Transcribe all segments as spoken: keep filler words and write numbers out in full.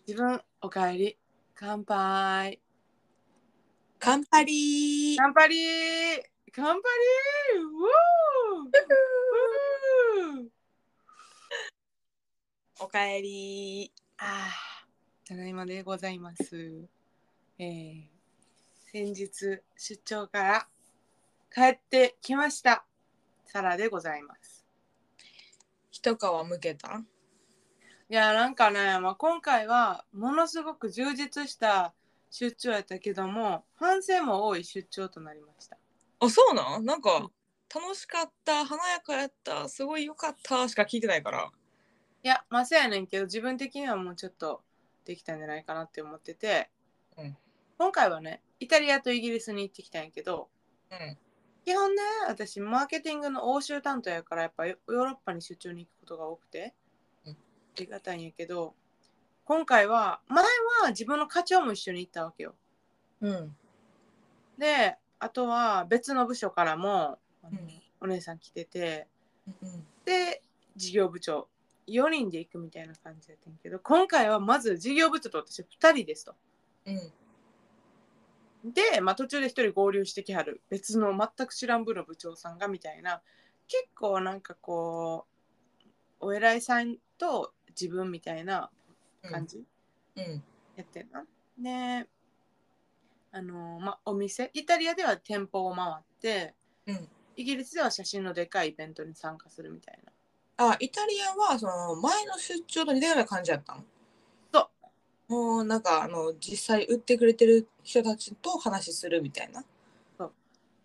自分おかえり乾杯カンパリー乾杯乾杯ウォーウォーおかえりあーただいまでございます、えー、先日出張から帰ってきましたサラでございます。 一皮むけた。 いやなんかね、まあ、今回はものすごく充実した出張やったけども反省も多い出張となりました。 あ、そうなんなんうんか楽しかった華やかやったすごい良かったしか聞いてないから。 いやまあそうやねんけど自分的にはもうちょっとできたんじゃないかなって思ってて、 うん。 今回はねイタリアとイギリスに行ってきたんやけど、 うん。 基本ね私マーケティングの欧州担当やからやっぱヨーロッパに出張に行くことが多くてうんありがたいんやけど、今回は前は自分の課長も一緒に行ったわけよ。 うん。 であとは別の部署からもあの、 うん。 お姉さん来てて、 うん。 で事業部長よにんで行くみたいな感じだったんやけど、今回はまず事業部長と私ふたりですと。 うん。 で、まあ、途中でひとり合流してきはる別の全く知らん部の部長さんがみたいな、結構なんかこうお偉いさんと自分みたいな感じ、 うん。 やってんな。であのまあお店イタリアでは店舗を回ってうん。 イギリスでは写真のでかいイベントに参加するみたいな。 あ、イタリアはその前の出張と似たような感じやったの？ そう。 もうなんかあの実際売ってくれてる人たちと話するみたいな。 そう。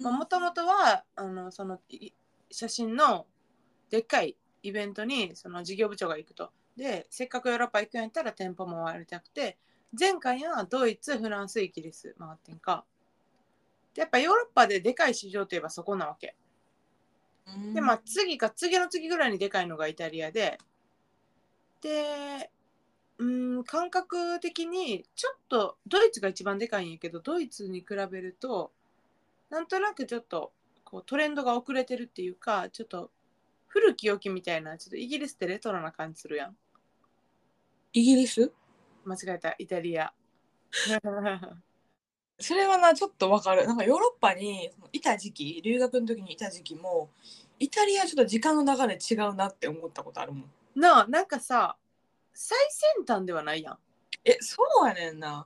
もともとはあのその写真のでっかいイベントにその事業部長が行くと。で、せっかくヨーロッパ行くんやったら店舗も回りたくて、前回はドイツ、フランス、イギリス回ってんか。で、やっぱヨーロッパででかい市場といえばそこなわけ。で、まあ次か次の次ぐらいにでかいのがイタリアで、で、うーん、感覚的にちょっとドイツが一番でかいんやけど、ドイツに比べると、なんとなくちょっとこうトレンドが遅れてるっていうか、ちょっと古き良きみたいな、ちょっとイギリスってレトロな感じするやん。 イギリス？ 間違えた、イタリア。 それはな、ちょっとわかる。なんかヨーロッパにいた時期、留学の時にいた時期も、イタリアちょっと時間の流れ違うなって思ったことあるもん。 なあ、なんかさ、最先端ではないやん。 え、そうやねんな。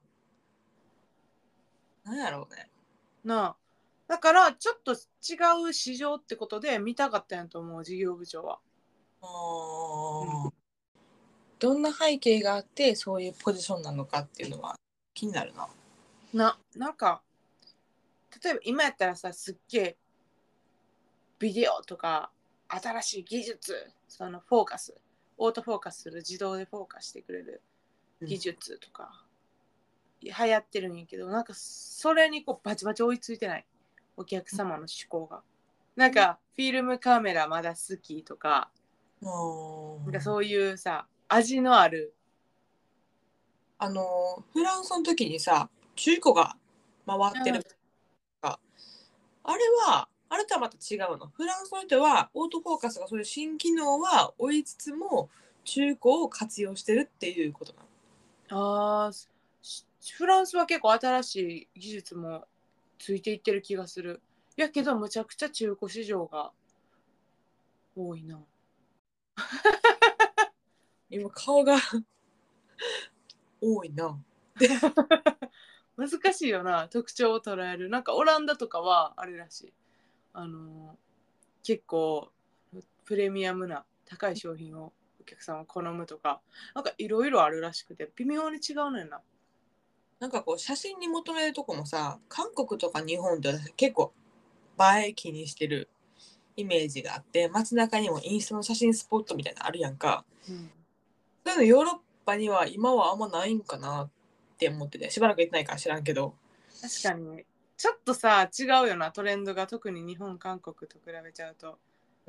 なんやろうね。 なあ。だからちょっと違う市場ってことで見たかったんやと思う、事業部長は。 あうん、 ーどんな背景があってそういうポジションなのかっていうのは気になるな。 な、なんか、例えば今やったらさ、すっげえビデオとか新しい技術、そのフォーカス、オートフォーカスする、自動でフォーカスしてくれる技術とか流行ってるんやけど、なんかそれにこうバチバチ追いついてない、お客様の思考が。なんかフィルムカメラまだ好きとか、なんかそういうさ味のある。 あのフランスの時にさ中古が回ってうん、 るか、あれはあれとはまた違うの？フランスの人はオートフォーカスがそういう新機能は追いつつも中古を活用してるっていうことなの？ あーフランスは結構新しい技術もついていってる気がする。やけどむちゃくちゃ中古市場が多いな。 今顔が多いな。 難しいよな、特徴を捉える。なんかオランダとかはあれらしい、あのー結構プレミアムな高い商品をお客さんは好むとか、なんかいろいろあるらしくて微妙に違うのよな。 なんかこう写真に求めるとこもさ、韓国とか日本って私結構映え気にしてるイメージがあって、街中にもインスタの写真スポットみたいなのあるやんか。 うん、 そういうのヨーロッパには今はあんまないんかなって思ってて、しばらく行ってないから知らんけど。 確かにちょっとさ違うよな、トレンドが。特に日本韓国と比べちゃうと。 うん、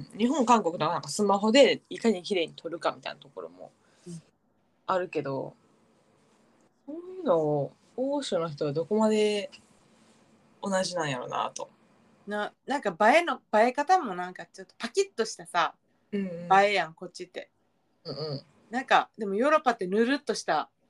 日本韓国のなんかスマホでいかに綺麗に撮るかみたいなところもあるけど、そういうのを欧州の人はどこまで同じなんやろなと。 な、なんか映えの映え方もなんかちょっとパキッとしたさうんうん映えやんこっちって。 うんうん。 なんかでもヨーロッパってぬるっとした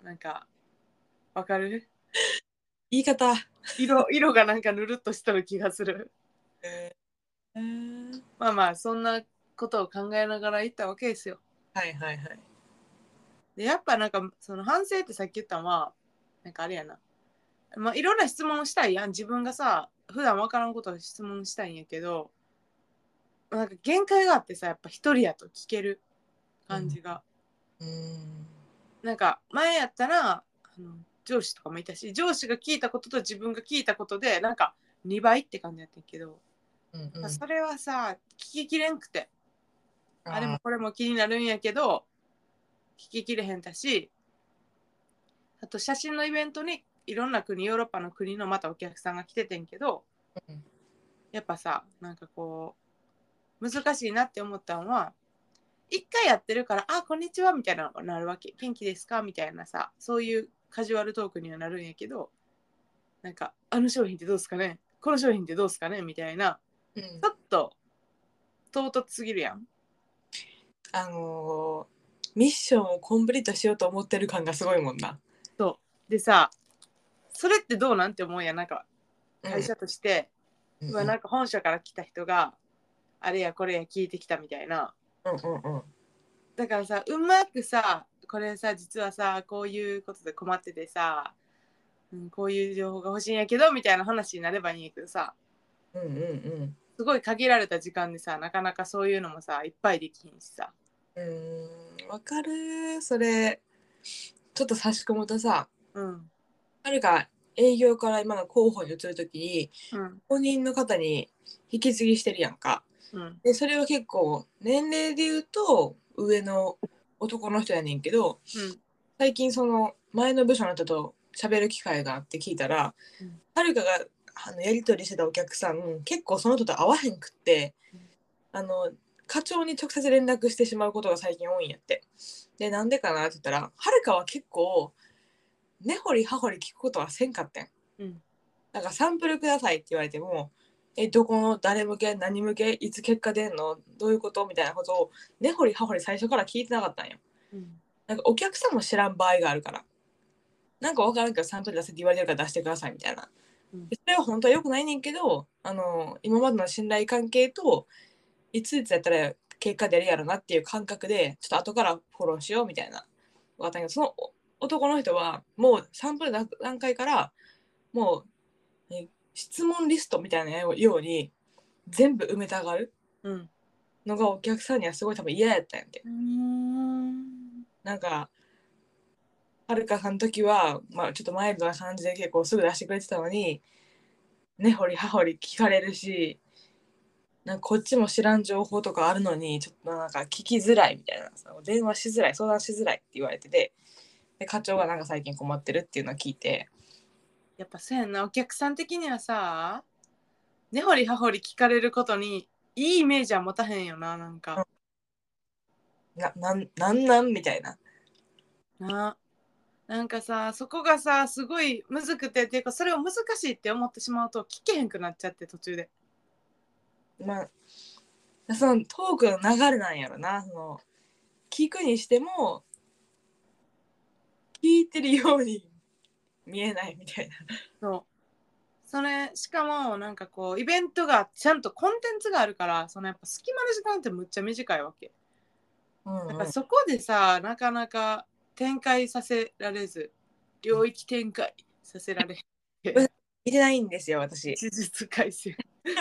なんかわかる？ 言い方。 色色がなんかぬるっとしとる気がする。 えー、 まあまあそんなことを考えながら行ったわけですよ。 はいはいはい。 でやっぱなんかその反省ってさっき言ったのはなんかあれやな、まあいろんな質問したいやん、自分がさ普段わからんことを質問したいんやけど、なんか限界があってさ、やっぱ一人やと聞ける感じが、 うん、うんなんか前やったらあの上司とかもいたし、上司が聞いたことと自分が聞いたことでなんかにばいって感じやったけど、 うんうん、 それはさ聞ききれんくて、あれもあこれも気になるんやけど聞ききれへんだし、あと写真のイベントにいろんな国、ヨーロッパの国のまたお客さんが来ててんけど、 ー、うんやっぱさなんかこう難しいなって思ったのは、一回やってるから「あこんにちは」みたいなのがなるわけ、元気ですかみたいなさ、そういうカジュアルトークにはなるんやけど、なんかあの商品ってどうすかね、この商品ってどうすかねみたいな、 うん、 ちょっと唐突すぎるやん。 あのー、ミッションをコンプリートしようと思ってる感がすごいもんな。 そうでさ、それってどうなんて思うやん、なんかうん会社として、 うんうわなんか本社から来た人があれやこれや聞いてきたみたいな。 うんうんうんだからさ、うまくさ、これさ実はさこういうことで困っててさ、うん、こういう情報が欲しいんやけどみたいな話になればいいんやけどさ、 うんうんすごい限られた時間でさなかなかそういうのもさいっぱいできひんしさ。 うん。うーん、わかる。それちょっと差し込むとさ、 うんはるか営業から今の候補に移るときにうん公認の方に引き継ぎしてるやんか。 うんでそれは結構年齢で言うと上の男の人やねんけど、 うん最近その前の部署の人と喋る機会があって聞いたら、 うんはるかがあのやり取りしてたお客さん結構その人と会わへんくって、あの課長に直接連絡してしまうことが最近多いんやって。でなんでかなって言ったら、はるかは結構根掘り葉掘り聞くことはせんかったん。 うんなんかサンプルくださいって言われても、え、どこの誰向け、何向け、いつ結果出んの、どういうことみたいなことを根掘り葉掘り最初から聞いてなかったんよ。 うんなんかお客さんも知らん場合があるから。なんか分からんけどサンプル出せって言われてるから出してくださいみたいな。 うんそれは本当は良くないねんけど、あの、今までの信頼関係と、いついつやったら結果出るやろなっていう感覚で、ちょっと後からフォローしようみたいな。分かったけど、その男の人はもうサンプルの段階から、もう、ね、質問リストみたいなように全部埋めたがるうんのがお客さんにはすごい多分嫌やったんやんて。 うーんなんか、はるかさんの時は、まあ、ちょっとマイルドな感じで結構すぐ出してくれてたのに、根掘り葉掘り聞かれるし、なんかこっちも知らん情報とかあるのに、ちょっとなんか聞きづらいみたいなさ、電話しづらい、相談しづらいって言われてて、で課長がなんか最近困ってるっていうのを聞いて、 やっぱそうやんな、お客さん的にはさ根掘り葉掘り聞かれることにいいイメージは持たへんよな、なんかな、なん、なんなんみたいな。 な。なんかさそこがさすごいむずくてっていうか、それを難しいって思ってしまうと聞けへんくなっちゃって、途中で。 まあ、そのトークの流れなんやろな。その聞くにしても、聞いてるように見えないみたいな。 そうそれしかもなんかこうイベントがちゃんとコンテンツがあるから、そのやっぱ隙間の時間ってむっちゃ短いわけうんうん。 だから、そこでさなかなか展開させられず、領域展開させられへんって見てないんですよ、私。 呪術廻戦。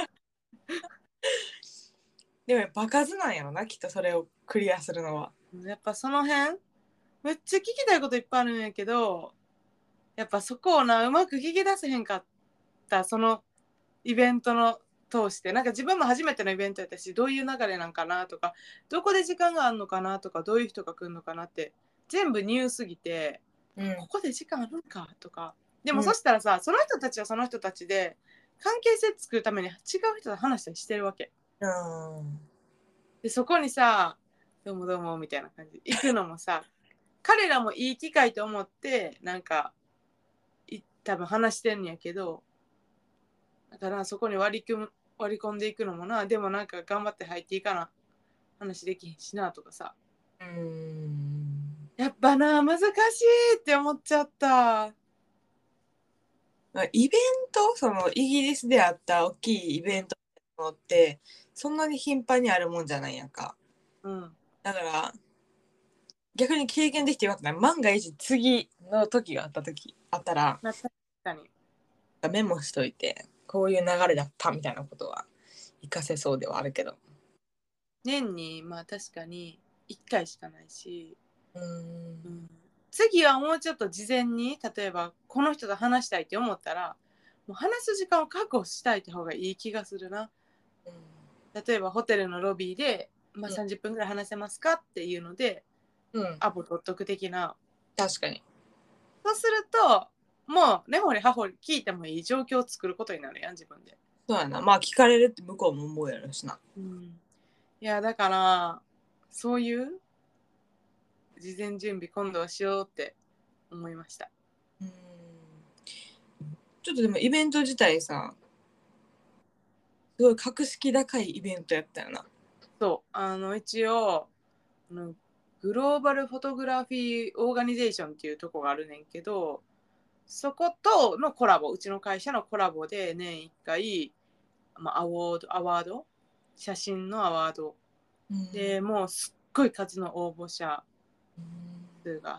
でも場数なんやろな、きっとそれをクリアするのは。 やっぱその辺めっちゃ聞きたいこといっぱいあるんやけど、やっぱそこをなうまく聞き出せへんかった、そのイベントの通して。なんか自分も初めてのイベントやったし、どういう流れなんかなとか、どこで時間があるのかなとか、どういう人が来るのかなって全部ニューすぎて、 うんここで時間あるんかとか。でもうんそしたらさ、その人たちはその人たちで関係性作るために違う人と話したりしてるわけうんで、そこにさどうもどうもみたいな感じ行くのもさ、彼らもいい機会と思ってなんかい多分話してんやけど、だからそこに割り組む割り込んでいくのもな、でもなんか頑張って入っていかな話できへんしなとかさ。 うんやっぱな難しいって思っちゃった。 イベント、そのイギリスであった大きいイベントってそんなに頻繁にあるもんじゃないやんか。 うん。 だから逆に経験できてよかったな。万が一次の時があった時あったらまあ、確かに。 メモしといて、こういう流れだったみたいなことは活かせそうではあるけど。 年にまあ確かにいっかいしかないし、 うーんうん、次はもうちょっと事前に例えばこの人と話したいって思ったらもう話す時間を確保したいって方がいい気がするな。例えばホテルのロビーで、まあ、さんじゅっぷんぐらい話せますかっていうので、 うん、うん、 アポ取っとく的な。 確かに。 そうするともう根掘り葉掘り聞いてもいい状況を作ることになるやん自分で。 そうやな。まあ聞かれるって向こうも思うやろしな。 うん、いやだからそういう事前準備今度はしようって思いました。 うーんちょっとでもイベント自体さ、すごい格式高いイベントやったよな。 そうあの一応あのグローバルフォトグラフィーオーガニゼーションっていうとこがあるねんけど、そことのコラボ、うちの会社のコラボで年いっかい、まあ、アワードアワード写真のアワードうんでもうすっごい数の応募者うん数があって、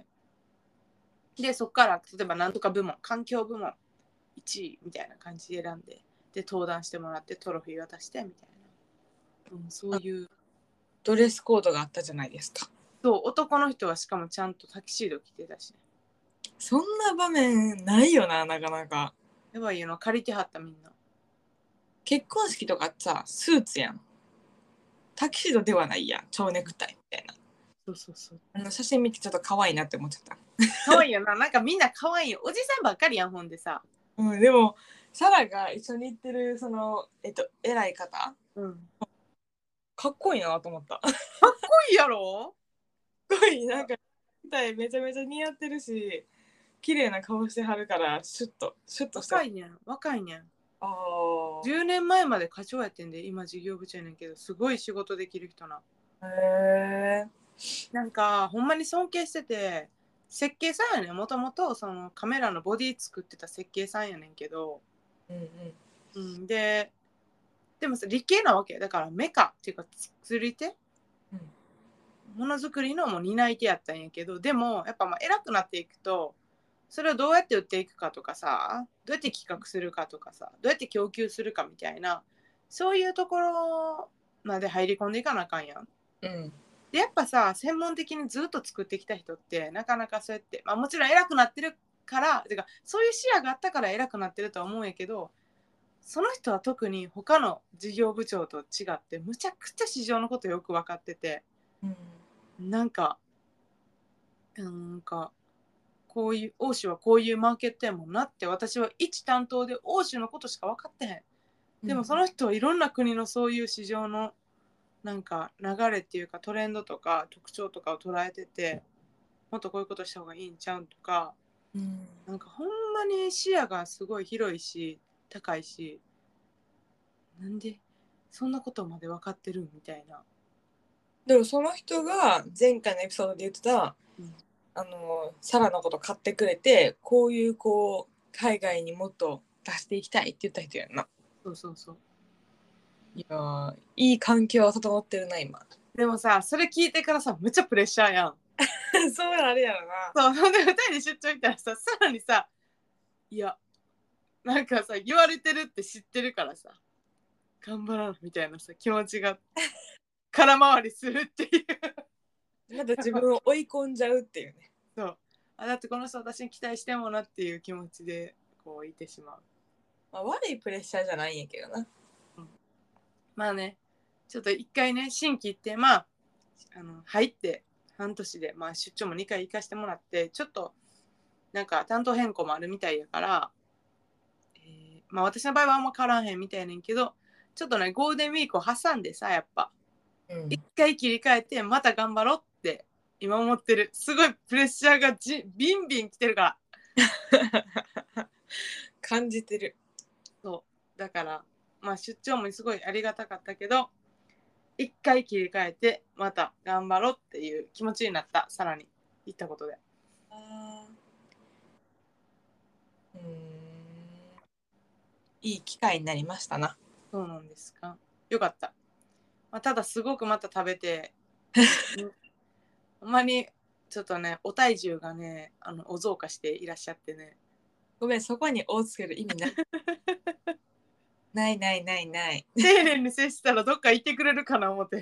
でそこから例えばなんとか部門環境部門いちいみたいな感じで選んで、で登壇してもらってトロフィー渡してみたいな、うん、そういう。 ドレスコードがあったじゃないですか。 そう男の人はしかもちゃんとタキシード着てたしね。 そんな場面ないよな、なかなか。 やばいよな、借りてはったみんな。 結婚式とかさ、スーツやん。タキシードではないやん。蝶ネクタイみたいな。 そうそうそう。 あの写真見てちょっと可愛いなって思っちゃった。 可愛いよな、なんかみんな可愛いよ。おじさんばっかりやん、ほんでさ。 うん、でも、サラが一緒に行ってる、その、えっと、偉い方、 うん。 かっこいいなと思った。かっかっこいいやろ。 こいい、なんか、めちゃめちゃ似合ってるし、綺麗な顔してはるから、シュッと、シュッとして若いねん、若いねん。 ああ。 じゅうねんまえまで課長やってんで、今事業部長やねんけど、すごい仕事できる人な。 へえ。 なんか、ほんまに尊敬してて、設計さんやねん。もともとそのカメラのボディ作ってた設計さんやねんけど、 うんうん。 うん、で、でもさ、理系なわけ。だからメカっていうか作り手うんものづくりのもう担い手やったんやけど、でもやっぱまあ偉くなっていくとそれをどうやって売っていくかとかさ、どうやって企画するかとかさ、どうやって供給するかみたいな、そういうところまで入り込んでいかなあかんやん。 うんでやっぱさ専門的にずっと作ってきた人ってなかなかそうやって、まあ、もちろん偉くなってるからてかそういう視野があったから偉くなってるとは思うんやけど、その人は特に他の事業部長と違ってむちゃくちゃ市場のことよく分かってて、 うんなんかなんかこういう欧州はこういうマーケットやもんなって、私は一担当で欧州のことしか分かってへん。でもその人はいろんな国のそういう市場のなんか流れっていうかトレンドとか特徴とかを捉えてて、もっとこういうことした方がいいんちゃうんとか、 うんなんかほんまに視野がすごい広いし高いし、なんでそんなことまで分かってるみたいな。 でもその人が前回のエピソードで言ってた、 うん、 あのサラのこと買ってくれて、こういうこう海外にもっと出していきたいって言った人やんな。 そうそうそう。 いやー、いい環境は整ってるな今。 でもさそれ聞いてからさむっちゃプレッシャーやん。 そうなるやろな。 そうほんでふたりで出張行ったらささらにさ、いやなんかさ言われてるって知ってるからさ頑張らなみたいなさ気持ちが空回りするっていうまだ自分を追い込んじゃうっていうね。 そうあだってこの人私に期待してもなっていう気持ちでこういてしまう、 まあ、悪いプレッシャーじゃないんやけどな。 うん、まあねちょっと一回ね新規行ってまああの入って半年で、まあ、出張もにかい行かしてもらってちょっとなんか担当変更もあるみたいやから、えーまあ、私の場合はあんま変わらへんみたいやねんけど、ちょっとねゴールデンウィークを挟んでさやっぱうん一回切り替えてまた頑張ろうって今思ってる。すごいプレッシャーがじビンビン来てるから。 感じてる。 そうだからまあ出張もすごいありがたかったけど、 一回切り替えてまた頑張ろうっていう気持ちになった。さらに言ったことで。 あーうーんいい機会になりましたな。 そうなんですか。よかった。まあ、ただすごくまた食べて、ほんまにちょっとね、お体重がね、あのお増加していらっしゃってね。 ごめん、そこに「お」つける意味ないないないないない。 丁寧に接したらどっか行ってくれるかな思って。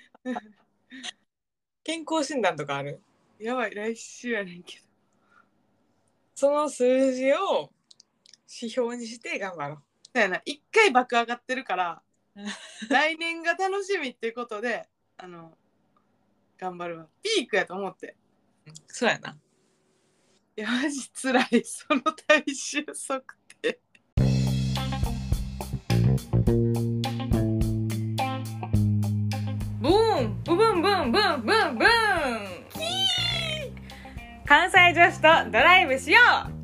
健康診断とかある？ やばい、来週やねんけど。 その数字を指標にして頑張ろう。 そうやな、一回爆上がってるから来年が楽しみっていうことで、あの頑張るわ。ピークやと思って。 そうやな。 いやマジつらい、その体重測定。 ブーンブブンブンブンブンブン関西女子とドライブしよう。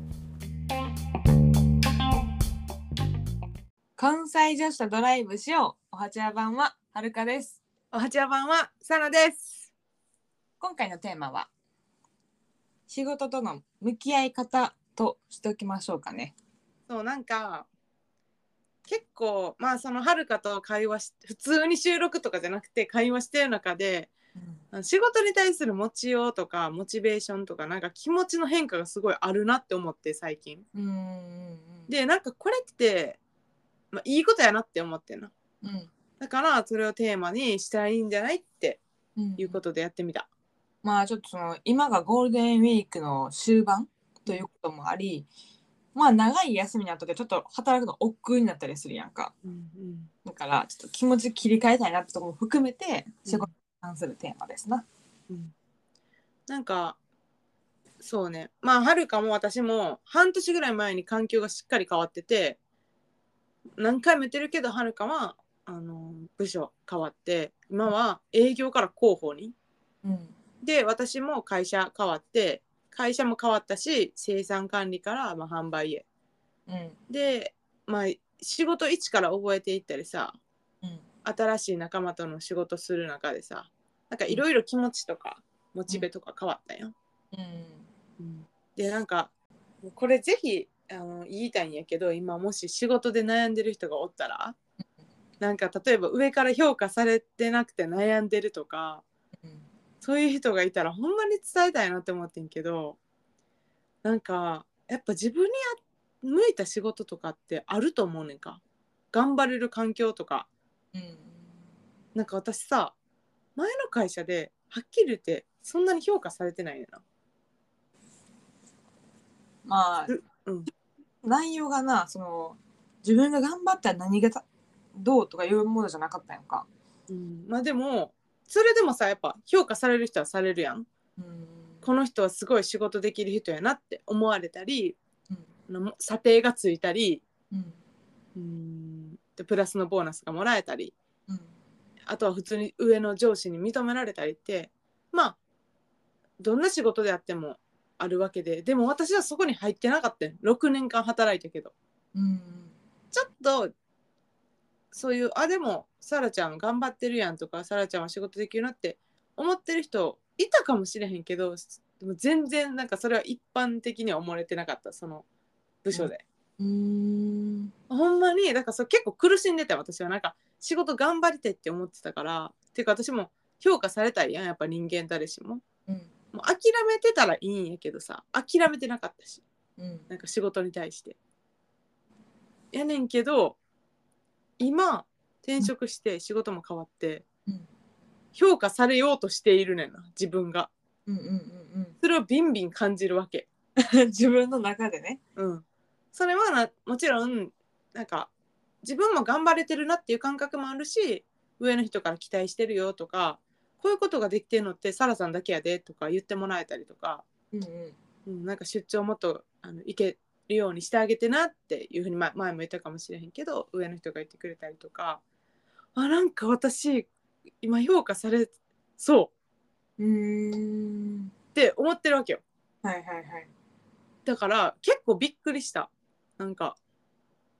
関西女子とドライブしよう。おはちゃ版ははるかです。 おはちゃ版はサナです。 今回のテーマは仕事との向き合い方としておきましょうかね。 そう、なんか結構まあそのはるかと会話し普通に収録とかじゃなくて会話してる中で、うん、仕事に対する持ちようとかモチベーションとかなんか気持ちの変化がすごいあるなって思って最近。 うんうんうんでなんかこれって、まあ、いいことやなって思ってんな、 うん、 だからそれをテーマにしたらいいんじゃないっていうことでやってみた。 うん、まあちょっとその今がゴールデンウィークの終盤ということもあり、まあ長い休みの後でちょっと働くの億劫になったりするやんか、うんうん、だからちょっと気持ち切り替えたいなってところも含めて仕事に関するテーマですな、 うんうん、なんかそうね、まあはるかも私も半年ぐらい前に環境がしっかり変わってて、何回も言ってるけどはるかはあの部署変わって今は営業から広報に、うん、で私も会社変わって会社も変わったし生産管理からまあ販売へ、うん、でまあ仕事一から覚えていったりさ、うん、新しい仲間との仕事する中でさ、なんかいろいろ気持ちとかモチベとか変わったよ、うんうん、でなんかこれぜひあの言いたいんやけど、今もし仕事で悩んでる人がおったら、なんか例えば上から評価されてなくて悩んでるとか、うん、そういう人がいたらほんまに伝えたいなって思ってんけど、なんかやっぱ自分に向いた仕事とかってあると思うねんか。頑張れる環境とか、うん、なんか私さ前の会社ではっきり言ってそんなに評価されてないねんな。 まあ、うん、内容がな、その自分が頑張ったら何がどうとかいうものじゃなかったやんか、 うん、まあでもそれでもさやっぱ評価される人はされるやん、うん、この人はすごい仕事できる人やなって思われたり、うん、査定がついたり、うん、うんでプラスのボーナスがもらえたり、うん、あとは普通に上の上司に認められたりって、まあどんな仕事であってもあるわけで、でも私はそこに入ってなかったよ。ろくねんかん働いたけど、うん、ちょっとそういうあでもサラちゃん頑張ってるやんとか、サラちゃんは仕事できるなって思ってる人いたかもしれへんけど、でも全然なんかそれは一般的には思われてなかった、その部署で。うーんほんまにだからそれ結構苦しんでた。私はなんか仕事頑張りたいって思ってたから、っていうか私も評価されたいやん、やっぱ人間誰しも、うん、もう諦めてたらいいんやけどさ、諦めてなかったし、うん、なんか仕事に対してやねんけど、今転職して仕事も変わって、うん、評価されようとしているねんな自分が、うんうんうんうん、それをビンビン感じるわけ自分の中でね、 うん、それはなもちろんなんか自分も頑張れてるなっていう感覚もあるし、上の人から期待してるよとか、こういうことができてるのってサラさんだけやでとか言ってもらえたりとか、うんうん、なんか出張もっとあの行けるようにしてあげてなっていうふうに前も言ったかもしれへんけど、上の人が言ってくれたりとか、あなんか私今評価されそううーんって思ってるわけよ。 はいはいはい。 だから結構びっくりした。なんか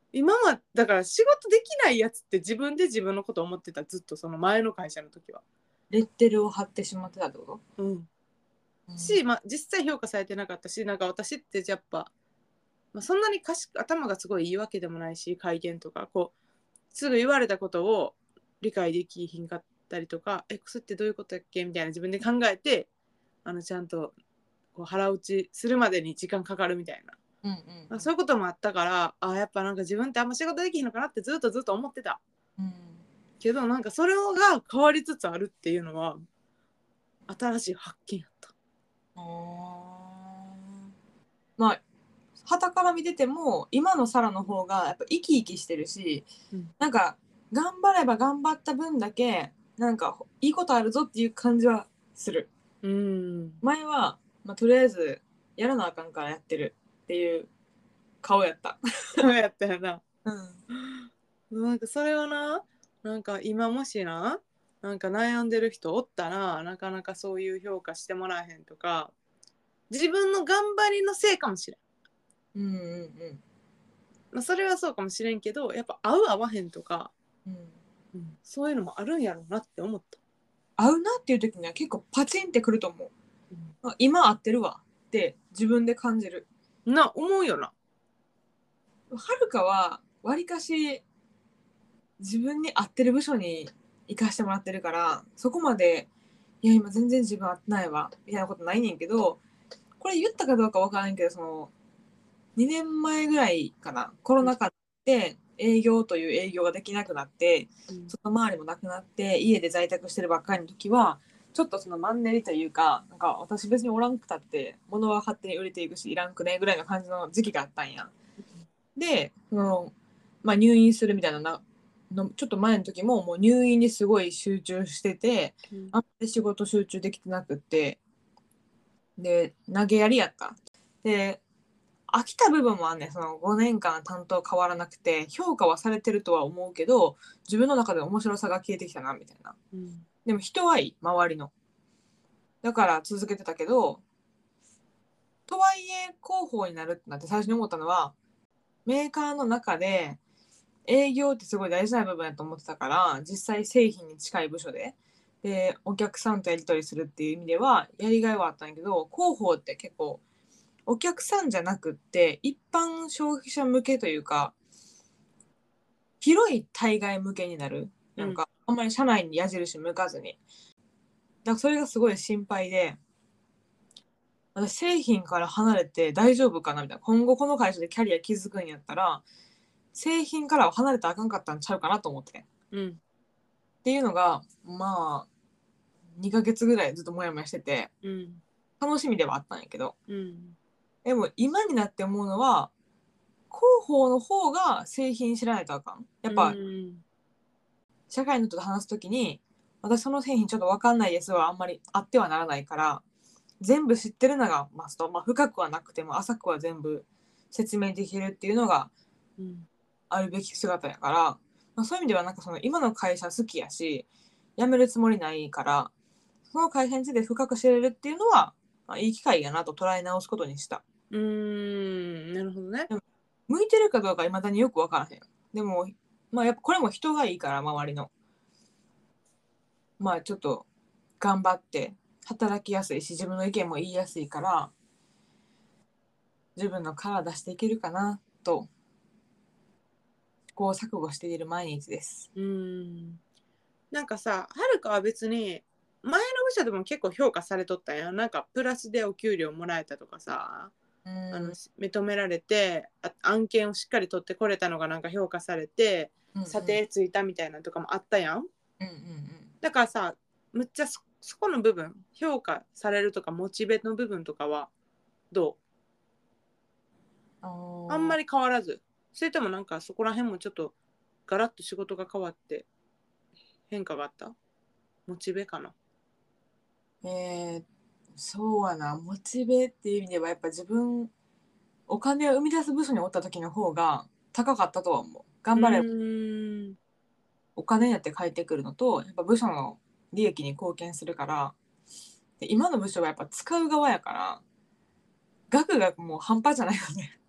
今はだから仕事できないやつって自分で自分のこと思ってた、ずっとその前の会社の時は。 レッテルを貼ってしまってたってこうん。 と？ し、まあ、実際評価されてなかったし、なんか私ってやっぱ、まあ、そんなにかし頭がすごいいいわけでもないし、会見とかこうすぐ言われたことを理解できひんかったりとか、え、それってどういうことやっけみたいな自分で考えて、あのちゃんとこう腹落ちするまでに時間かかるみたいな、 うんうんまあ、そういうこともあったから、あ、やっぱなんか自分ってあんま仕事できひんのかなってずっとずっと思ってたうん。 けど、なんかそれが変わりつつあるっていうのは新しい発見やった。 あーまあ傍から見てても今のサラの方がやっぱ生き生きしてるし、 うん、 なんか頑張れば頑張った分だけなんかいいことあるぞっていう感じはする。 うーん。 前は、まあ、とりあえずやらなあかんからやってるっていう顔やった。 そうやったよな。 うん。 なんかそれをな、なんか今もしな、なんか悩んでる人おったら、なかなかそういう評価してもらえへんとか、自分の頑張りのせいかもしれん。 うんうんまあ、それはそうかもしれんけど、やっぱ合う合わへんとか、 うん。うん、 うん、そういうのもあるんやろうなって思った。 合うなっていう時には結構パチンってくると思う。 うあ今合ってるわって自分で感じる。 ん、な、思うよな。 はるかはわりかし自分に合ってる部署に行かしてもらってるからそこまでいや今全然自分合ってないわみたいなことないねんけど、これ言ったかどうかわからんけどそのにねんまえぐらいかな、コロナ禍で営業という営業ができなくなってうん、 外回りもなくなって家で在宅してるばっかりの時はちょっとそのマンネリというか、なんか私別におらんくたって物は勝手に売れていくしいらんくねぐらいの感じの時期があったんや。でその、まあ、入院するみたいななのちょっと前の時ももう入院にすごい集中しててうん、 あんまり仕事集中できてなくってで投げやりやったで飽きた部分もあんねん。そのごねんかん担当変わらなくて評価はされてるとは思うけど自分の中で面白さが消えてきたなみたいな。 うん、 でも人はいい周りのだから続けてたけど、とはいえ広報になるってなって最初に思ったのはメーカーの中で営業ってすごい大事な部分やと思ってたから実際製品に近い部署ででお客さんとやり取りするっていう意味ではやりがいはあったんやけど、広報って結構お客さんじゃなくって一般消費者向けというか広い対外向けになる。 うん、 なんかあんまり社内に矢印向かずに、だからそれがすごい心配で私製品から離れて大丈夫かなみたいな、今後この会社でキャリア築くんやったら製品からは離れたらあかんかったんちゃうかなと思って、 うん、 っていうのがまあにかげつぐらいずっとモヤモヤしててうん、 楽しみではあったんやけど、 うん、 でも今になって思うのは広報の方が製品知らないとあかん。やっうぱん、 社会の人と話すときに私その製品ちょっと分かんないですはあんまりあってはならないから全部知ってるのがマスト、まあ、深くはなくても浅くは全部説明できるっていうのがうん、ああるべき姿やから、まあ、そういう意味ではなんかその今の会社好きやし辞めるつもりないからその会社について深く知れるっていうのは、まあ、いい機会やなと捉え直すことにした。 うーん、なるほどね。 向いてるかどうかいまだによく分からへん。でもまあやっぱこれも人がいいから周りのまあちょっと頑張って働きやすいし自分の意見も言いやすいから自分の殻出していけるかなと試行錯誤している毎日です。 うーん。なんかさ、はるかは別に前の部署でも結構評価されとったんや。なんかプラスでお給料もらえたとかさ、 うあのん認められてあ案件をしっかり取ってこれたのがなんか評価されてうんうん査定ついたみたいなのとかもあったやん。 うんうんだからさ、むっちゃそ、そこの部分評価されるとかモチベの部分とかはどうん。 う、あんまあり変わらず、それともなんかそこら辺もちょっとガラッと仕事が変わって変化があった？モチベかな。 ーえー、そうやな、モチベっていう意味ではやっぱ自分お金を生み出す部署におった時の方が高かったとは思う。 う頑張ればーん、 お金になって返ってくるのとやっぱ部署の利益に貢献するから、で今の部署はやっぱ使う側やから額がもう半端じゃないよね。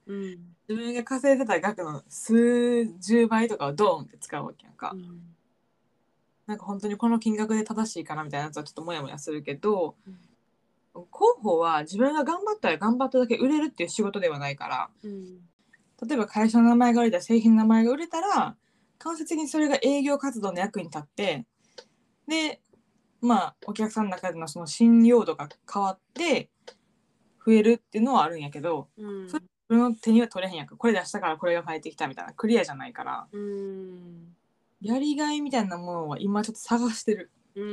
うん、 自分が稼いでた額の数十倍とかをドーンって使うわけやんか、 うん、 なんか本当にこの金額で正しいかなみたいなやつはちょっとモヤモヤするけど、 うん、 広報は自分が頑張ったら頑張っただけ売れるっていう仕事ではないから、 うん、 例えば会社の名前が売れたら製品の名前が売れたら間接的にそれが営業活動の役に立って、でまあお客さんの中でのその信用度が変わって増えるっていうのはあるんやけど、 うん、 それ自分の手には取れへんやんか。これ出したからこれが返ってきたみたいなクリアじゃないから、 うん、 やりがいみたいなものは今ちょっと探してる。 うん。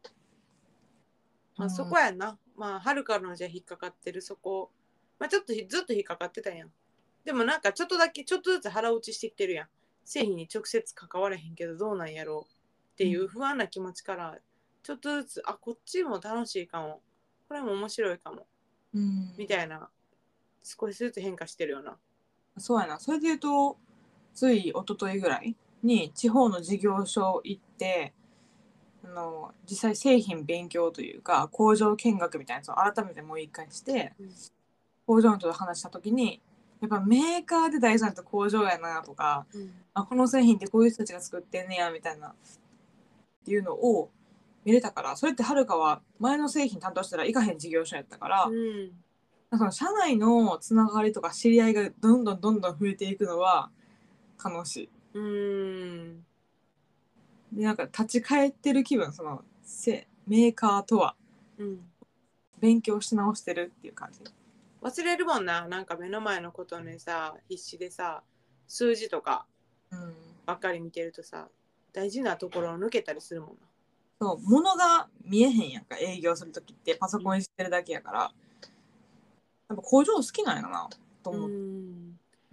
まあそうん、 こやんな。まあはるかのじゃ引っかかってるそこ。まあちょっとずっと引っかかってたやん。でもなんかちょっとだけちょっとずつ腹落ちしてきてるやん。製品に直接関われへんけどどうなんやろうっていう不安な気持ちからちょっとずつ、あ、こっちも楽しいかも。これも面白いかも。 うん、 みたいな少しずつ変化してるよな。 そうやな。それで言うとつい一昨日ぐらいに地方の事業所行って、あの実際製品勉強というか工場見学みたいなやつを改めてもう一回して、 うん、 工場の人と話した時にやっぱメーカーで大事なのって工場やなとか、 うん、 あこの製品ってこういう人たちが作ってんねやみたいなっていうのを見れたから、それってはるかは前の製品担当したら行かへん事業所やったから、 うん、 その社内のつながりとか知り合いがどんどんどんどん増えていくのは楽しい。 うん。 でなんか立ち返ってる気分、そのせメーカーとはうん。 勉強し直してるっていう感じ。 忘れるもんな。なんか目の前のことにさ、必死でさ、数字とかうん、 ばっかり見てるとさ、大事なところを抜けたりするもんな。 そう物が見えへんやんか、営業する時ってパソコンうん。 いじってるだけやから、やっぱ工場好きなんやなとう思う。 ん。 うん、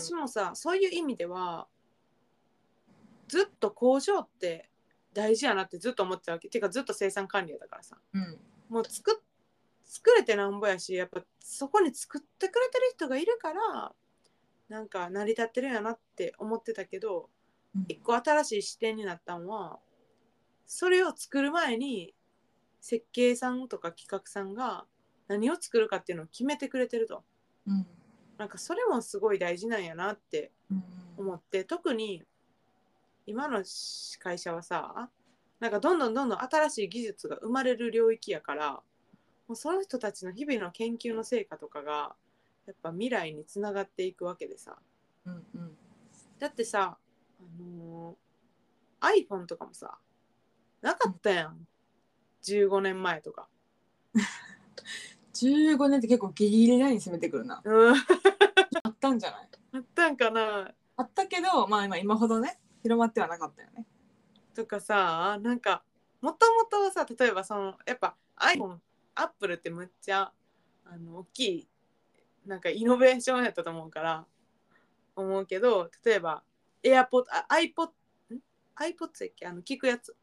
私もさ、そういう意味では、ずっと工場って大事やなってずっと思ってたわけ。てかずっと生産管理やだからさ。 うん、 もう作っ作れてなんぼやし、やっぱそこに作ってくれてる人がいるから、なんか成り立ってるんやなって思ってたけど、 うん、 一個新しい視点になったのは、それを作る前に設計さんとか企画さんが何を作るかっていうのを決めてくれてると。 うん、 なんかそれもすごい大事なんやなってうん、 思って、特に今の会社はさ、なんかどんどんどんどん新しい技術が生まれる領域やから、もうその人たちの日々の研究の成果とかがやっぱ未来につながっていくわけでさ。 うん、うん、 だってさ、あのー iPhone とかもさ、なかったやん。じゅうごねんまえとか。 じゅうごねんって結構ギリギリライン攻めてくるな。 うん。 あったんじゃない？ あったんかなあったけど、まあ今今ほどね広まってはなかったよね。 とかさ、なんか、もともとさ、例えばその、やっぱ iPhone、アップルってむっちゃ、あの、大きい、なんかイノベーションやったと思うから、思うけど、例えば、AirPod、あ iPod、ん iPod やっけあの、聞くやつ。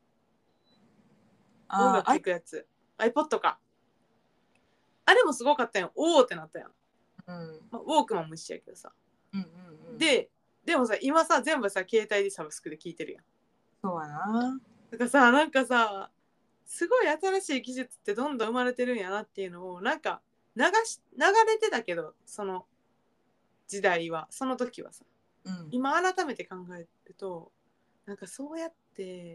音楽あーあい、 聞くやつ。iPod か。あれもすごかったやん。おーってなったやん。 うん、 まあ、ウォークマンも一緒やけどさ。 うん、うん、うん。 で、でもさ、今さ、全部さ、携帯でサブスクで聞いてるやん。 そうやな。 だからさ、なんかさ、すごい新しい技術ってどんどん生まれてるんやなっていうのを、なんか流し、流れてたけど、その時代は、その時はさ、 うん、 今改めて考えると、なんかそうやって、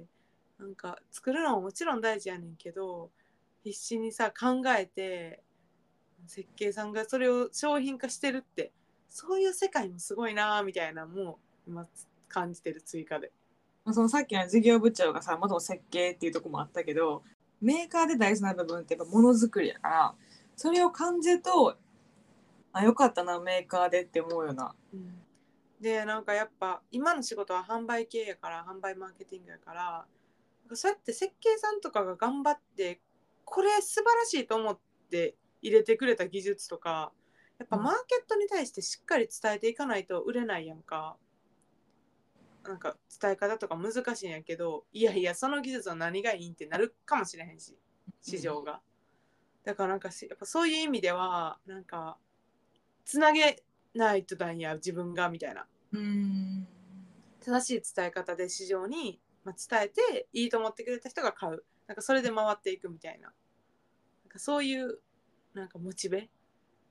なんか作るのももちろん大事やねんけど、必死にさ、考えて、設計さんがそれを商品化してるって、そういう世界もすごいなみたいなのも今感じてる追加で。 そのさっきの事業部長がさ、元設計っていうとこもあったけど、メーカーで大事な部分ってやっぱものづくりやから、それを感じると、あ、よかったな、メーカーでって思うよな。 うん、でなんかやっぱ今の仕事は販売系やから販売マーケティングやからそうやって設計さんとかが頑張ってこれ素晴らしいと思って入れてくれた技術とかやっぱうん、 マーケットに対してしっかり伝えていかないと売れないやんか。なんか伝え方とか難しいんやけどいやいやその技術は何がいいんってなるかもしれへんし市場が。だからなんかやっぱそういう意味ではなんかつなげないとだんや自分がみたいなうん、 正しい伝え方で市場に伝えていいと思ってくれた人が買うなんかそれで回っていくみたいな、なんかそういうなんかモチベ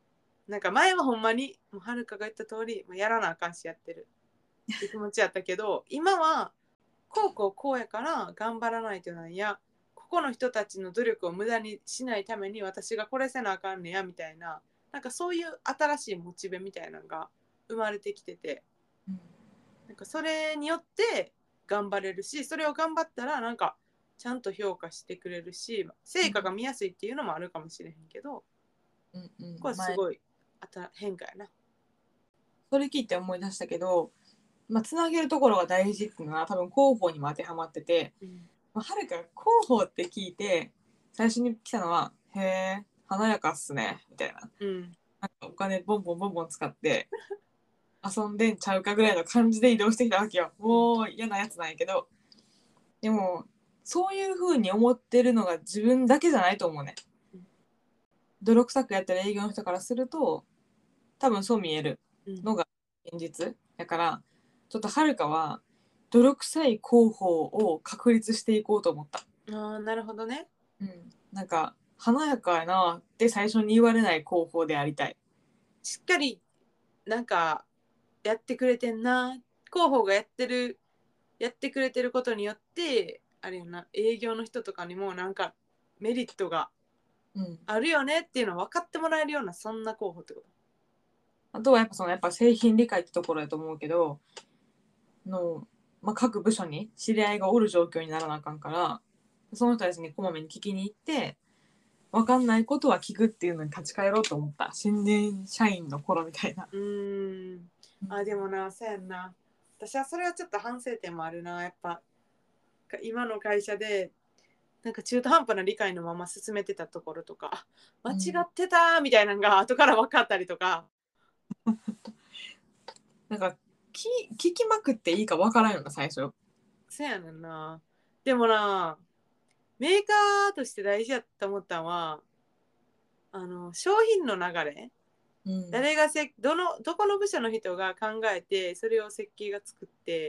なんか前はほんまにもうはるかが言った通りもうやらなあかんしやってるって気持ちやったけど今はこうこうこうやから頑張らないとなんや、ここの人たちの努力を無駄にしないために私がこれせなあかんねやみたいな、なんかそういう新しいモチベみたいなのが生まれてきてて、 うんなんかそれによって頑張れるし、それを頑張ったらなんかちゃんと評価してくれるし、成果が見やすいっていうのもあるかもしれへんけど、 うんうん、 これはすごいあた変化やな。 それ聞いて思い出したけど、まあ、つなげるところが大事っていうのは多分広報にも当てはまってて、 うんまあ、はるか広報って聞いて最初に来たのはへえ華やかっすねみたいな、 うん、 なんかお金ボンボンボンボン使って遊んでんちゃうかぐらいの感じで移動してきたわけよ。もう嫌なやつなんやけど、でもそういう風に思ってるのが自分だけじゃないと思うね。泥臭くやってる営業の人からすると多分そう見えるのが現実だから、ちょっとはるかは泥臭い広報を確立していこうと思った。 ああ、なるほどね。 うん、なんか華やかやなって最初に言われない広報でありたい。 しっかりなんかやってくれてんな、広報がやってるやってくれてることによってあれやな、営業の人とかにもなんかメリットがうんあるよねっていうのを分かってもらえるような、そんな候補ってこと。 あとはやっぱそのやっぱ製品理解ってところだと思うけどの、まあ、各部署に知り合いがおる状況にならなあかんから、その人たちにこまめに聞きに行って分かんないことは聞くっていうのに立ち返ろうと思った。新人社員の頃みたいな。 うーん、あ、でもな、そうやんな。私はそれはちょっと反省点もあるな。やっぱ今の会社でなんか中途半端な理解のまま進めてたところとか、間違ってたみたいなのが後から分かったりとか、 なんか聞聞きまくっていいか分からんよな最初。 そうやねんな。でもな、メーカーとして大事やと思ったのは、あの商品の流れ、 うん、 誰がせどのどこの部署の人が考えてそれを設計が作って、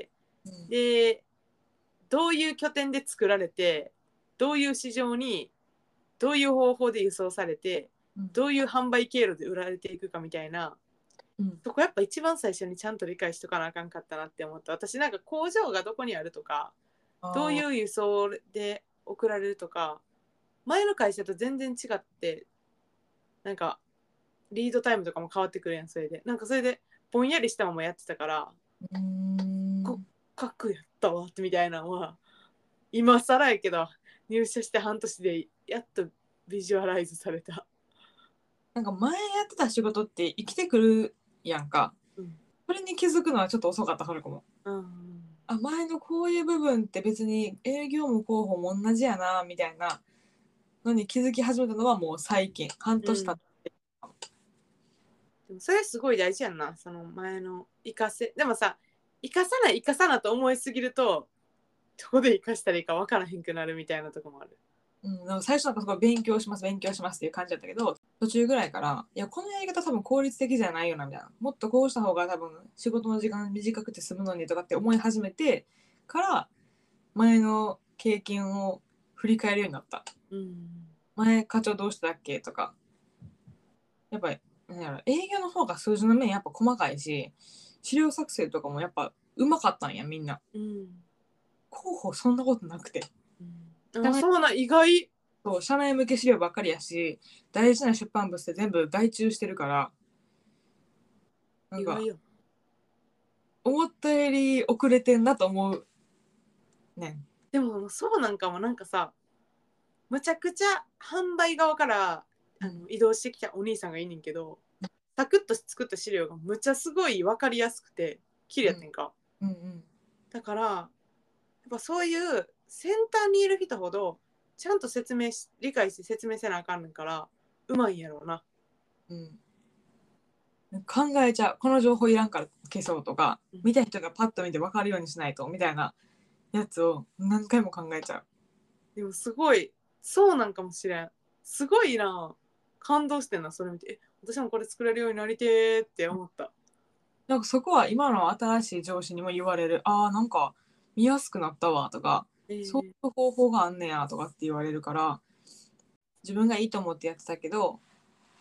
うん、 でどういう拠点で作られて、どういう市場にどういう方法で輸送されて、 うん、 どういう販売経路で売られていくかみたいな、 うん、 そこやっぱ一番最初にちゃんと理解しとかなあかんかったなって思った。私なんか工場がどこにあるとか、どういう輸送で送られるとか、前の会社と全然違って、なんかリードタイムとかも変わってくるやん。それでなんかそれでぼんやりしたままやってたから、 うーん骨格やったわってみたいなのは今更やけど入社して半年でやっとビジュアライズされた。 なんか前やってた仕事って生きてくるやんか。 うん、 それに気づくのはちょっと遅かったはるかも。 うん、 あ、前のこういう部分って別に営業も広報も同じやなみたいなのに気づき始めたのはもう最近半年経って、 うん、でもそれすごい大事やんな。その前の生かせ、でもさ、生かさない生かさなと思いすぎるとどこで生かしたらいいか分からへんくなるみたいなとこもある。 うん、なんか最初なんかすごい勉強します勉強しますっていう感じだったけど、途中ぐらいからいやこのやり方多分効率的じゃないよなみたいな、もっとこうした方が多分仕事の時間短くて済むのにとかって思い始めてから前の経験を振り返るようになった。 うん、 前課長どうしてたっけとか、やっぱりなんやろ営業の方が数字の面やっぱ細かいし資料作成とかもやっぱうまかったんやみんな。 うん、 広報そんなことなくて、 うん、あ、そうな、意外。 そう社内向け資料ばっかりやし大事な出版物って全部外注してるからなんか意外よ。 思ったより遅れてんなと思うね。 でもそうなんかも。なんかさ、むちゃくちゃ販売側からあの移動してきたお兄さんがいいねんけど、サクッと作った資料がむちゃすごい分かりやすくて綺麗やってんか、 うんうんだからやっぱそういう先端にいる人ほどちゃんと説明し理解して説明せなあかんねんからうまいんやろうな。 うん、考えちゃうこの情報いらんから消そうとか、 うん、 見た人がパッと見て分かるようにしないとみたいなやつを何回も考えちゃう。 でもすごいそうなんかもしれん。すごいな、感動してんなそれ見て。え、私もこれ作れるようになりてーって思った。 なんかそこは今の新しい上司にも言われる。ああなんか見やすくなったわとか、 えー、 そういう方法があんねやとかって言われるから、自分がいいと思ってやってたけど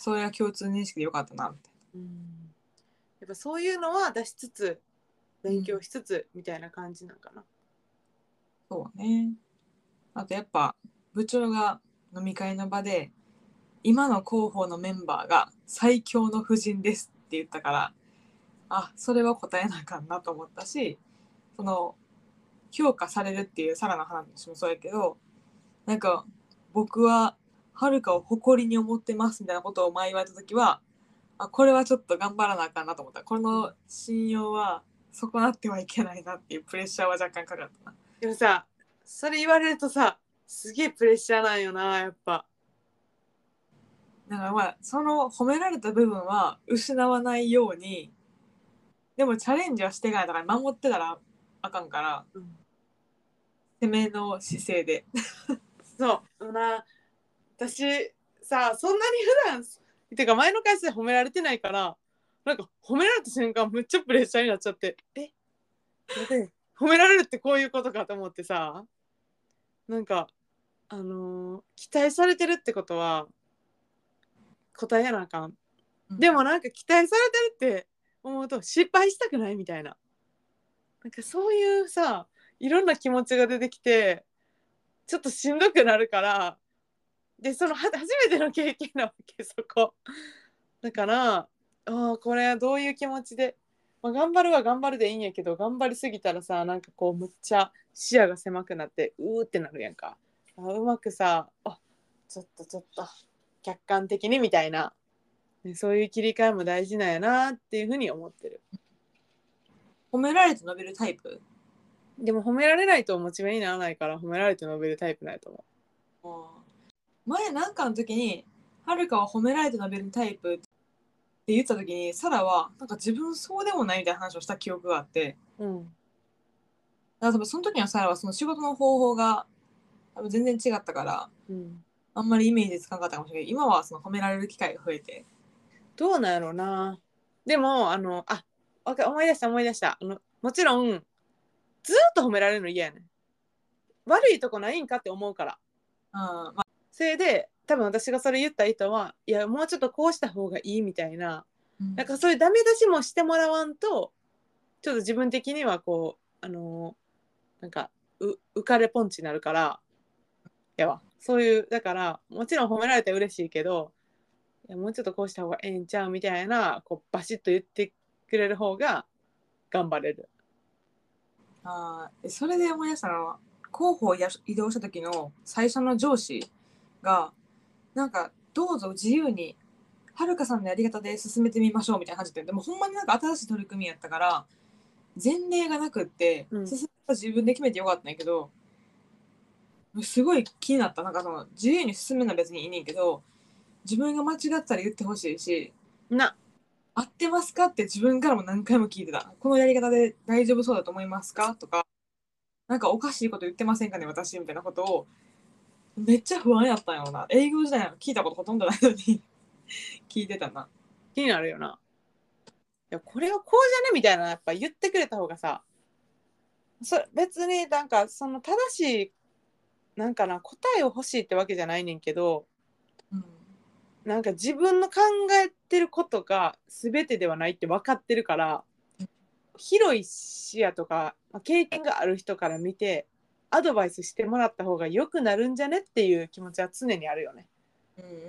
それは共通認識でよかったなみたいうん、やっぱそういうのは出しつつ勉強しつつみたいな感じなんかな。 な。そうね。あとやっぱ部長が飲み会の場で今の広報のメンバーが最強の布陣ですって言ったから、あ、それは答えなあかんなと思ったし、その評価されるっていうサラの話もそうやけど、なんか僕ははるかを誇りに思ってますみたいなことを前言われた時は、あ、これはちょっと頑張らなあかんなと思った。この信用は損なってはいけないなっていうプレッシャーは若干かかったな。 でもさ、それ言われるとさ、すげえプレッシャーなんよな、やっぱ。 だからまあその褒められた部分は失わないように、でもチャレンジはしていかないとか守ってたらあかんから、 うん、 攻めの姿勢で。 そうな、私さ、そんなに普段てか前の会社で褒められてないから、なんか褒められた瞬間むっちゃプレッシャーになっちゃって、え、待て、褒められるってこういうことかと思ってさ、なんかあのー期待されてるってことは答えやなあかん、 うん、 でもなんか期待されてるって思うと失敗したくないみたいな、なんかそういうさ、いろんな気持ちが出てきてちょっとしんどくなるから、でそのは初めての経験なわけ、そこだから、あこれはどういう気持ちで、まあ、頑張るは頑張るでいいんやけど、頑張りすぎたらさ、なんかこうむっちゃ視野が狭くなってうーってなるやんか。あうまくさ、あちょっとちょっと客観的にみたいな、ね、そういう切り替えも大事なんやなっていうふうに思ってる。 褒められて伸びるタイプ？ でも褒められないとモチベにならないから、褒められて伸びるタイプなんやと思前なんかの時にはるかは褒められて伸びるタイプって言った時にサラはなんか自分そうでもないみたいな話をした記憶があって、 う。うん。 だから多分その時のサラはその仕事の方法が多分全然違ったからうん。 あんまりイメージつかなかったかもしれないけど、今はその褒められる機会が増えて。 どうなんやろうな。でもあのあわか思い出した思い出した。あのもちろんずっと褒められるの嫌やねん。悪いとこないんかって思うから。 うん、まあ、 それで多分私がそれ言った意図は、いやもうちょっとこうした方がいいみたいな、 うん、 なんかそういうダメ出しもしてもらわんと、ちょっと自分的にはこうあのーなんかう浮かれポンチになるから、やわ。そういうだからもちろん褒められて嬉しいけど、いやもうちょっとこうした方がええんちゃうみたいな、こうバシッと言ってくれる方が頑張れる。 あそれで思い出したのは広報や移動した時の最初の上司がなんかどうぞ自由にはるかさんのやり方で進めてみましょうみたいな感じで、でもほんまになんか新しい取り組みやったから前例がなくってうん進めた自分で決めてよかったんやけど、すごい気になった。なんかその自由に進むのは別にいいねんけど、自分が間違ってたら言ってほしいし、 な、 合ってますかって自分からも何回も聞いてた。このやり方で大丈夫そうだと思いますかとか、なんかおかしいこと言ってませんかね私みたいなことをめっちゃ不安やったんやろな。営業時代なんか聞いたことほとんどないのに聞いてたな。 気になるよな。いやこれはこうじゃねみたいな、やっぱ言ってくれた方がさ、そ別になんかその正しいなんかな答えを欲しいってわけじゃないねんけど、 うん、 なんか自分の考えてることが全てではないって分かってるから、広い視野とか経験がある人から見てアドバイスしてもらった方が良くなるんじゃねっていう気持ちは常にあるよね。 うんうんうんうん。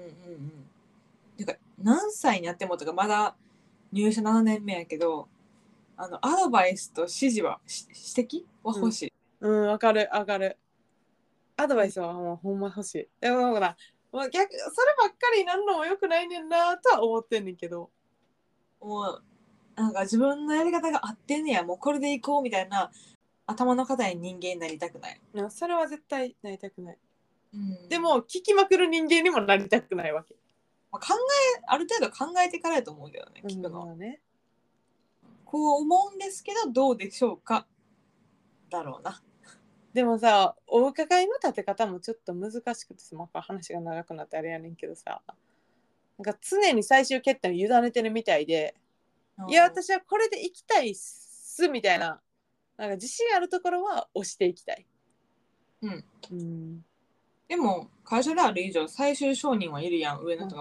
てか何歳になってもとかまだ入社ななねんめやけど、あのアドバイスと指示は指摘は欲しい。 うん、わかるわかる。アドバイスはもうほんま欲しい。でもほら、もう逆そればっかりなんのも良くないねんなとは思ってんねんけど。 もうなんか自分のやり方が合ってんねや、もうこれでいこうみたいな頭の固い人間になりたくない。 いやそれは絶対なりたくない。 うん、 でも聞きまくる人間にもなりたくないわけ。 まあ、考えある程度考えてからやと思うけどね、聞くのは、 うんまあね、 こう思うんですけどどうでしょうかだろうな。 でもさ、お伺いの立て方もちょっと難しくてさ、まあ、話が長くなってあれやねんけどさ、なんか常に最終決定を委ねてるみたいで、いや私はこれで行きたいっすみたいな、なんか自信あるところは押していきたい。 うん、 うん、 でも会社である以上最終承認はいるやん、上の人の。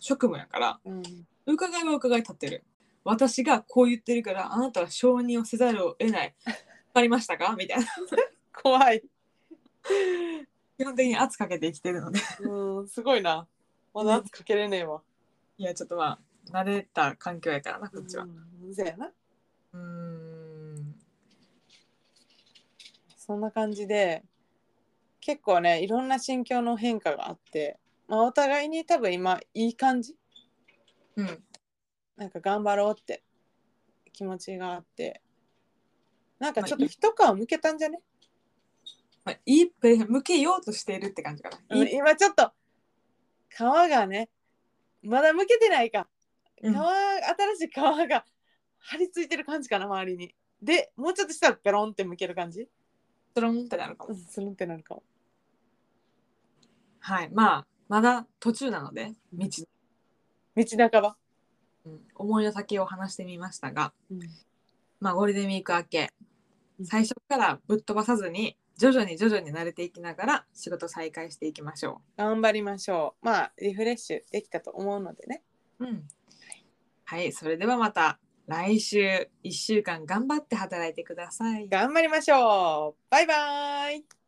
職務やから、 うん、 伺いは伺い立ってる。私がこう言ってるからあなたは承認をせざるを得ない。わかりましたかみたいな。 怖い。 基本的に圧かけて生きてるので。 うん、すごいな。まだ圧かけれねえわ。 いやちょっとまあ慣れた環境やからなこっちは。 うん、そうやな。 うーん。 そんな感じで結構ねいろんな心境の変化があって、まあ、お互いに多分今いい感じ、 うん。 なんか頑張ろうって気持ちがあって、なんかちょっとまあいい、 一皮むけたんじゃね、 まあ、いいプレ向けようとしているって感じかな。 うん、 いい。 今ちょっと皮がねまだむけてないか、皮、 うん。 新しい皮が張り付いてる感じかな周りに。でもうちょっとしたらペロンってむける感じ、 トロンってなるかも。 うん、スルンってなるかも。 はい。まあまだ途中なので道、 道半ば、 うん、思いの先を話してみましたが、 うん、 まあゴールデンウィーク明け、 うん、 最初からぶっ飛ばさずに徐々に徐々に慣れていきながら仕事再開していきましょ頑張りましょう。まあリフレッシュできたと思うのでね。 う。うん。はい、それではまた来週いっしゅうかん頑張って働いてください。 頑張りましょう。バイバーイ。